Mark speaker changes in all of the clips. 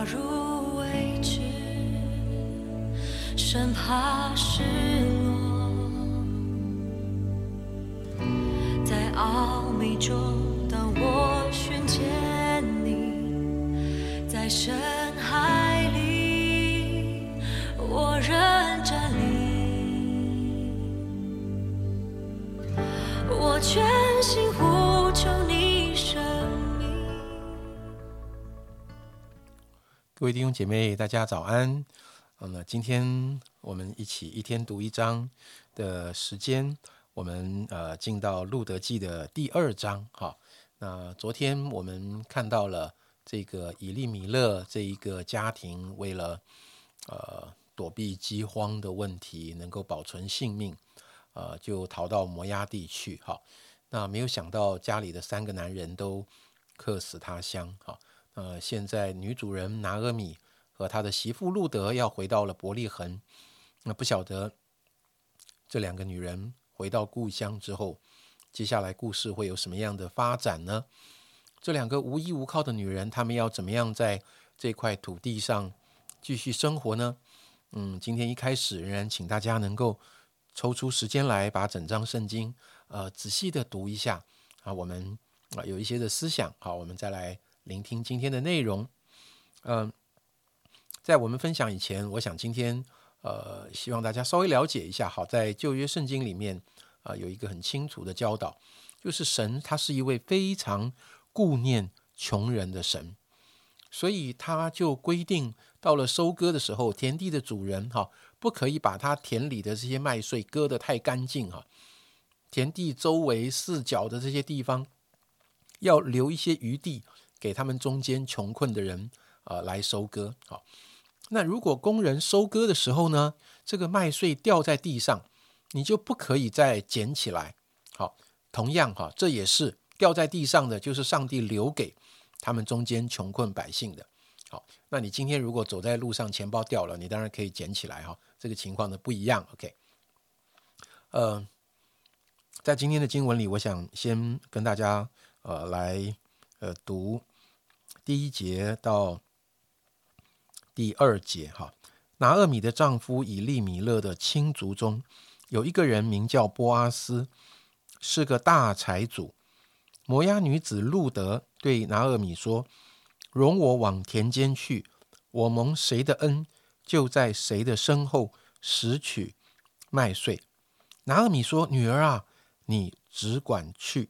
Speaker 1: 入未知，生怕失落，在奥秘中，当我寻见你，在深海里，我仍站立，我全心呼求你生命。
Speaker 2: 各位弟兄姐妹，大家早安。今天我们一起一天读一章的时间，我们进到路得记的第2章。那昨天我们看到了这个以利米勒这一个家庭，为了躲避饥荒的问题，能够保存性命，就逃到摩押地去。那没有想到家里的3个男人都客死他乡。现在女主人拿俄米和她的媳妇路得要回到了伯利恒。那不晓得这2个女人回到故乡之后，接下来故事会有什么样的发展呢？这2个无依无靠的女人，她们要怎么样在这块土地上继续生活呢？今天一开始仍然请大家能够抽出时间来把整章圣经仔细的读一下。我们有一些的思想，我们再来聆听今天的内容。在我们分享以前，我想今天希望大家稍微了解一下。在旧约圣经里面有一个很清楚的教导，就是神他是一位非常顾念穷人的神，所以他就规定到了收割的时候，田地的主人不可以把他田里的这些麦穗割得太干净。田地周围4角的这些地方要留一些余地给他们中间穷困的人来收割。那如果工人收割的时候呢，这个麦穗掉在地上，你就不可以再捡起来。同样这也是掉在地上的，就是上帝留给他们中间穷困百姓的。那你今天如果走在路上钱包掉了，你当然可以捡起来。这个情况呢不一样。OK， 在今天的经文里，我想先跟大家来读第1节到第2节。拿俄米的丈夫以利米勒的亲族中有一个人名叫波阿斯，是个大财主。摩押女子路得对拿俄米说，容我往田间去，我蒙谁的恩，就在谁的身后拾取麦穗。拿俄米说，女儿啊，你只管去。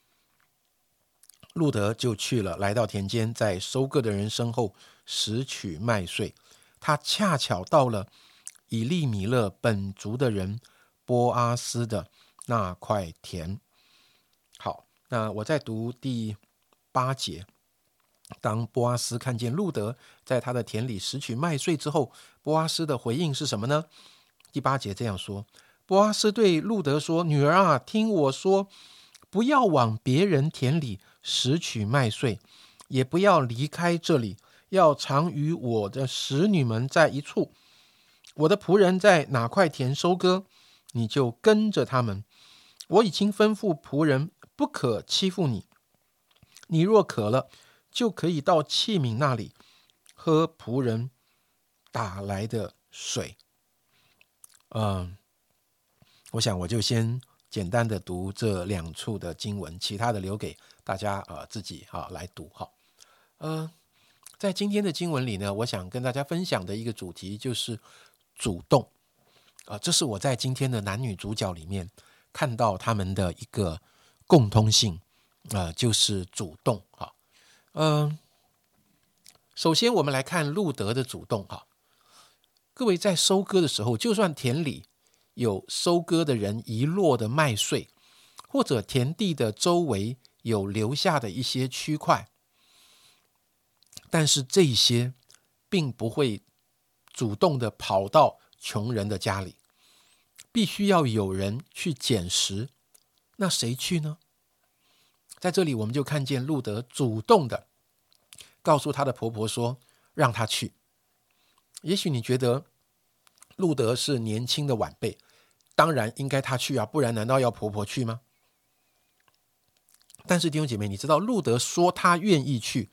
Speaker 2: 路得就去了，来到田间，在收割的人身后拾取麦穗。他恰巧到了以利米勒本族的人波阿斯的那块田。好，那我再读第8节。当波阿斯看见路得在他的田里拾取麦穗之后，波阿斯的回应是什么呢？第8节这样说，波阿斯对路得说，女儿啊，听我说，不要往别人田里拾取麦穗，也不要离开这里，要常与我的使女们在一处。我的仆人在哪块田收割，你就跟着他们。我已经吩咐仆人不可欺负你，你若渴了，就可以到器皿那里喝仆人打来的水。我想我就先简单的读这2处的经文，其他的留给大家自己来读。在今天的经文里呢，我想跟大家分享的一个主题就是主动。这是我在今天的男女主角里面看到他们的一个共通性，就是主动。首先我们来看路得的主动。各位在收割的时候，就算田里有收割的人遗落的麦穗，或者田地的周围有留下的一些区块，但是这些并不会主动的跑到穷人的家里，必须要有人去捡拾。那谁去呢？在这里我们就看见路得主动的告诉她的婆婆说，让她去。也许你觉得路得是年轻的晚辈，当然应该她去啊，不然难道要婆婆去吗？但是弟兄姐妹，你知道路得说她愿意去，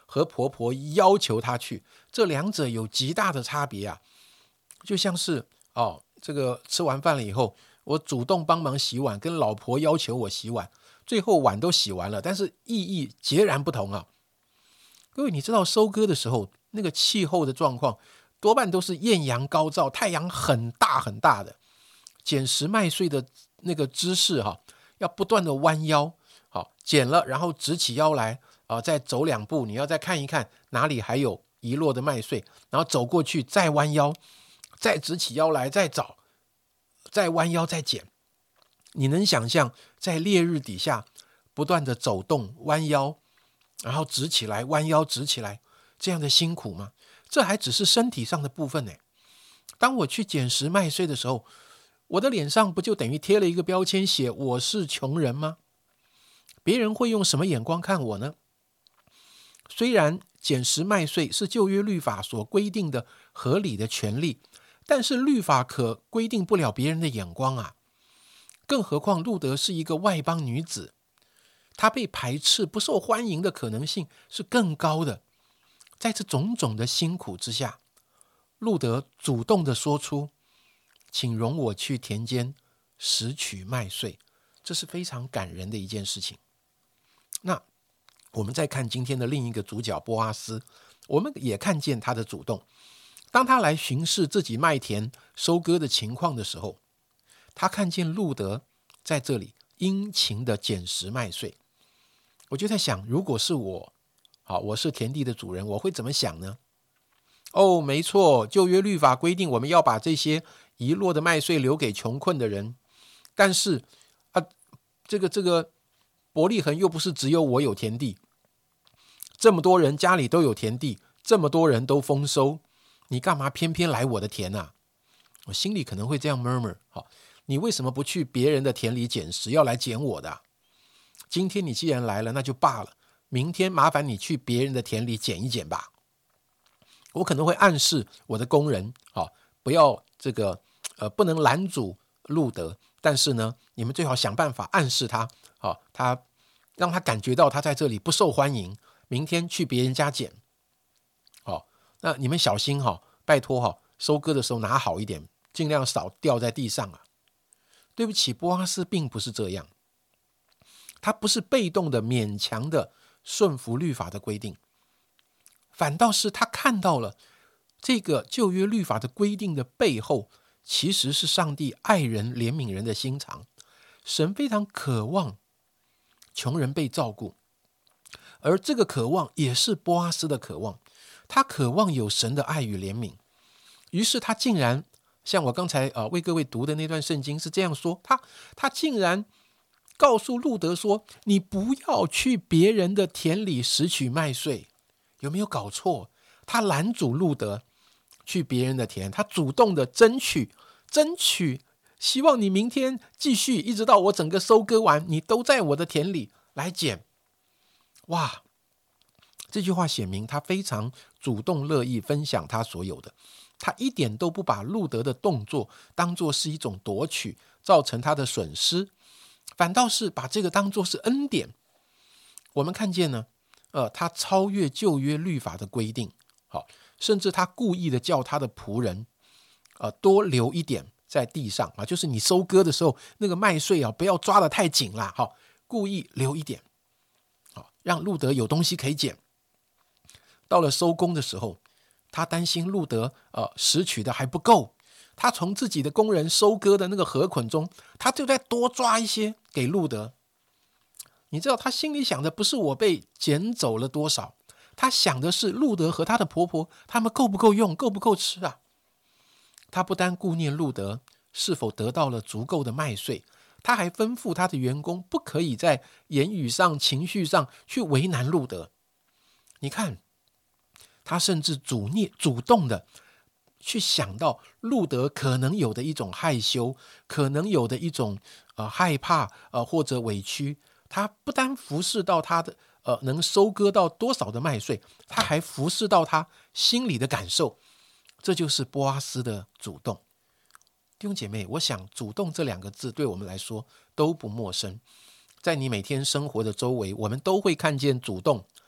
Speaker 2: 和婆婆要求她去，这两者有极大的差别啊。就像是这个吃完饭了以后，我主动帮忙洗碗，跟老婆要求我洗碗，最后碗都洗完了，但是意义截然不同啊。各位，你知道收割的时候那个气候的状况多半都是艳阳高照，太阳很大很大的，捡拾麦穗的那个姿势要不断的弯腰，捡了然后直起腰来再走2步，你要再看一看哪里还有遗落的麦穗，然后走过去再弯腰，再直起腰来再找，再弯腰再捡。你能想象在烈日底下不断的走动弯腰，然后直起来弯腰直起来，这样的辛苦吗？这还只是身体上的部分呢。当我去捡拾麦穗的时候，我的脸上不就等于贴了一个标签，写我是穷人吗？别人会用什么眼光看我呢？虽然捡拾麦穗是旧约律法所规定的合理的权利，但是律法可规定不了别人的眼光啊。更何况路德是一个外邦女子，她被排斥不受欢迎的可能性是更高的。在这种种的辛苦之下，路德主动的说出，请容我去田间拾取麦穗，这是非常感人的一件事情。那我们再看今天的另一个主角波阿斯，我们也看见他的主动。当他来巡视自己麦田收割的情况的时候，他看见路德在这里殷勤的捡拾麦穗。我就在想，如果是我是田地的主人，我会怎么想呢？没错，旧约律法规定我们要把这些遗落的麦穗留给穷困的人，但是这个伯利恒又不是只有我有田地，这么多人家里都有田地，这么多人都丰收，你干嘛偏偏来我的田啊？我心里可能会这样 murmur， 你为什么不去别人的田里捡拾，要来捡我的？今天你既然来了，那就罢了，明天麻烦你去别人的田里捡一捡吧。我可能会暗示我的工人不要不能拦阻路德，但是呢，你们最好想办法暗示他让他感觉到他在这里不受欢迎，明天去别人家捡。那你们小心拜托收割的时候拿好一点，尽量少掉在地上啊。对不起，波阿斯并不是这样，他不是被动的勉强的顺服律法的规定，反倒是他看到了这个旧约律法的规定的背后，其实是上帝爱人怜悯人的心肠。神非常渴望穷人被照顾，而这个渴望也是波阿斯的渴望，他渴望有神的爱与怜悯。于是他竟然像我刚才为各位读的那段圣经是这样说，他竟然告诉路德说，你不要去别人的田里拾取麦穗。有没有搞错？他拦阻路德去别人的田，他主动的争取，希望你明天继续，一直到我整个收割完，你都在我的田里来捡。哇，这句话显明他非常主动乐意分享他所有的，他一点都不把路德的动作当作是一种夺取，造成他的损失，反倒是把这个当作是恩典。我们看见呢，他超越旧约律法的规定，甚至他故意的叫他的仆人多留一点在地上就是你收割的时候那个麦穗不要抓得太紧啦，故意留一点，让路德有东西可以捡。到了收工的时候，他担心路德拾取的还不够，他从自己的工人收割的那个禾捆中，他就再多抓一些给路德。你知道他心里想的不是我被捡走了多少，他想的是路德和他的婆婆他们够不够用，够不够吃啊。他不单顾念路德是否得到了足够的麦穗，他还吩咐他的员工不可以在言语上情绪上去为难路德。你看他甚至主动的去想到路德可能有的一种害羞，可能有的一种害怕或者委屈，他不单服侍到他的能收割到多少的麦穗，他还服侍到他心里的感受。这就是波阿斯的主动。弟兄姐妹，我想主动这2个字对我们来说都不陌生，在你每天生活的周围，我们都会看见主动，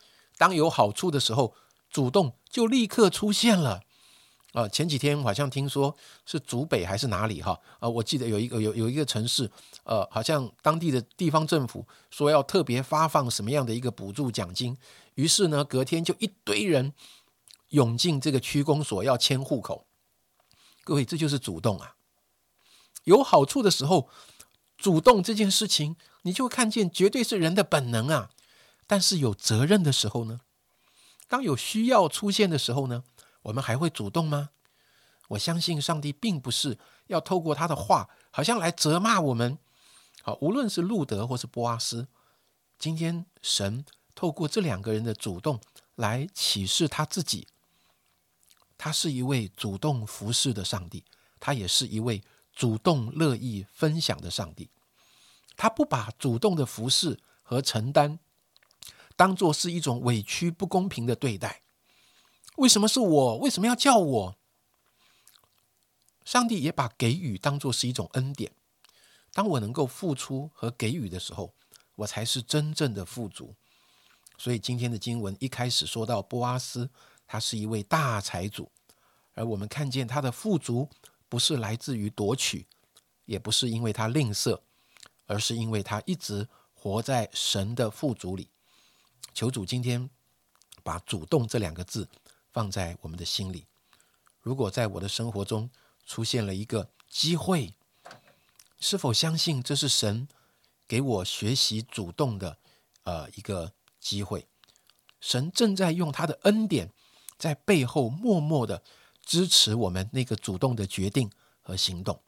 Speaker 2: 当有好处的时候，主动就立刻出现了。前几天好像听说是竹北还是哪里哈，我记得有一个城市，好像当地的地方政府说要特别发放什么样的一个补助奖金，于是呢，隔天就一堆人涌进这个区公所要迁户口。各位，这就是主动啊！有好处的时候，主动这件事情，你就会看见绝对是人的本能啊。但是有责任的时候呢，当有需要出现的时候呢，我们还会主动吗？我相信上帝并不是要透过他的话好像来责骂我们。好，无论是路德或是波阿斯，今天神透过这两个人的主动来启示他自己，他是一位主动服侍的上帝，他也是一位主动乐意分享的上帝。他不把主动的服侍和承担当作是一种委屈不公平的对待。为什么是我？为什么要叫我？上帝也把给予当作是一种恩典。当我能够付出和给予的时候，我才是真正的富足。所以今天的经文一开始说到波阿斯，他是一位大财主，而我们看见他的富足不是来自于夺取，也不是因为他吝啬，而是因为他一直活在神的富足里。求主今天把主动这两个字放在我们的心里。如果在我的生活中出现了一个机会，是否相信这是神给我学习主动的一个机会？神正在用他的恩典在背后默默的支持我们那个主动的决定和行动。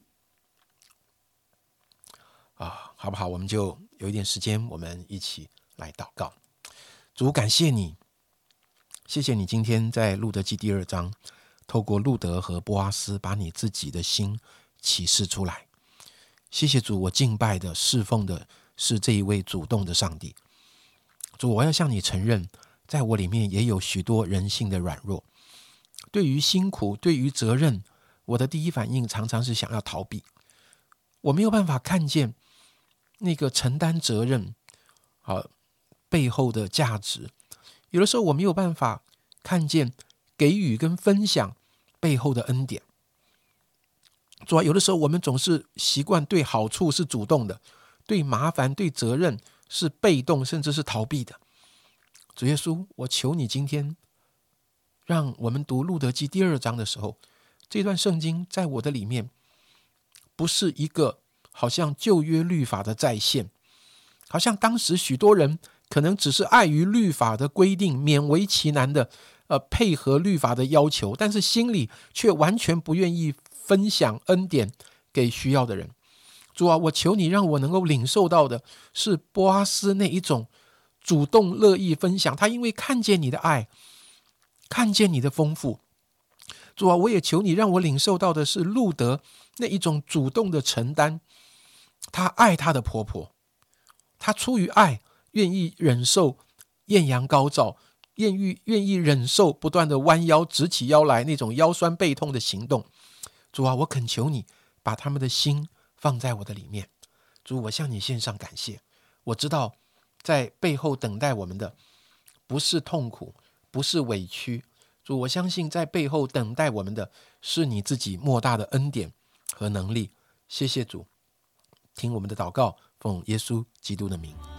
Speaker 2: 好不好？我们就有一点时间，我们一起来祷告。主，感谢你，谢谢你今天在路德记第2章透过路德和波阿斯把你自己的心启示出来。谢谢主，我敬拜的侍奉的是这一位主动的上帝。主，我要向你承认，在我里面也有许多人性的软弱。对于辛苦，对于责任，我的第一反应常常是想要逃避。我没有办法看见那个承担责任背后的价值。有的时候我没有办法看见给予跟分享背后的恩典。主啊，有的时候我们总是习惯对好处是主动的，对麻烦对责任是被动甚至是逃避的。主耶稣，我求你今天让我们读路德记第2章的时候，这段圣经在我的里面不是一个好像旧约律法的再现，好像当时许多人可能只是碍于律法的规定，勉为其难的配合律法的要求，但是心里却完全不愿意分享恩典给需要的人。主啊，我求你让我能够领受到的是波阿斯那一种主动乐意分享，他因为看见你的爱，看见你的丰富。主啊，我也求你让我领受到的是路德那一种主动的承担。她爱她的婆婆，她出于爱愿意忍受艳阳高照，愿意忍受不断的弯腰直起腰来那种腰酸背痛的行动。主啊，我恳求你把他们的心放在我的里面。主，我向你献上感谢。我知道在背后等待我们的不是痛苦，不是委屈。主，我相信在背后等待我们的是你自己莫大的恩典和能力。谢谢主，听我们的祷告，奉耶稣基督的名。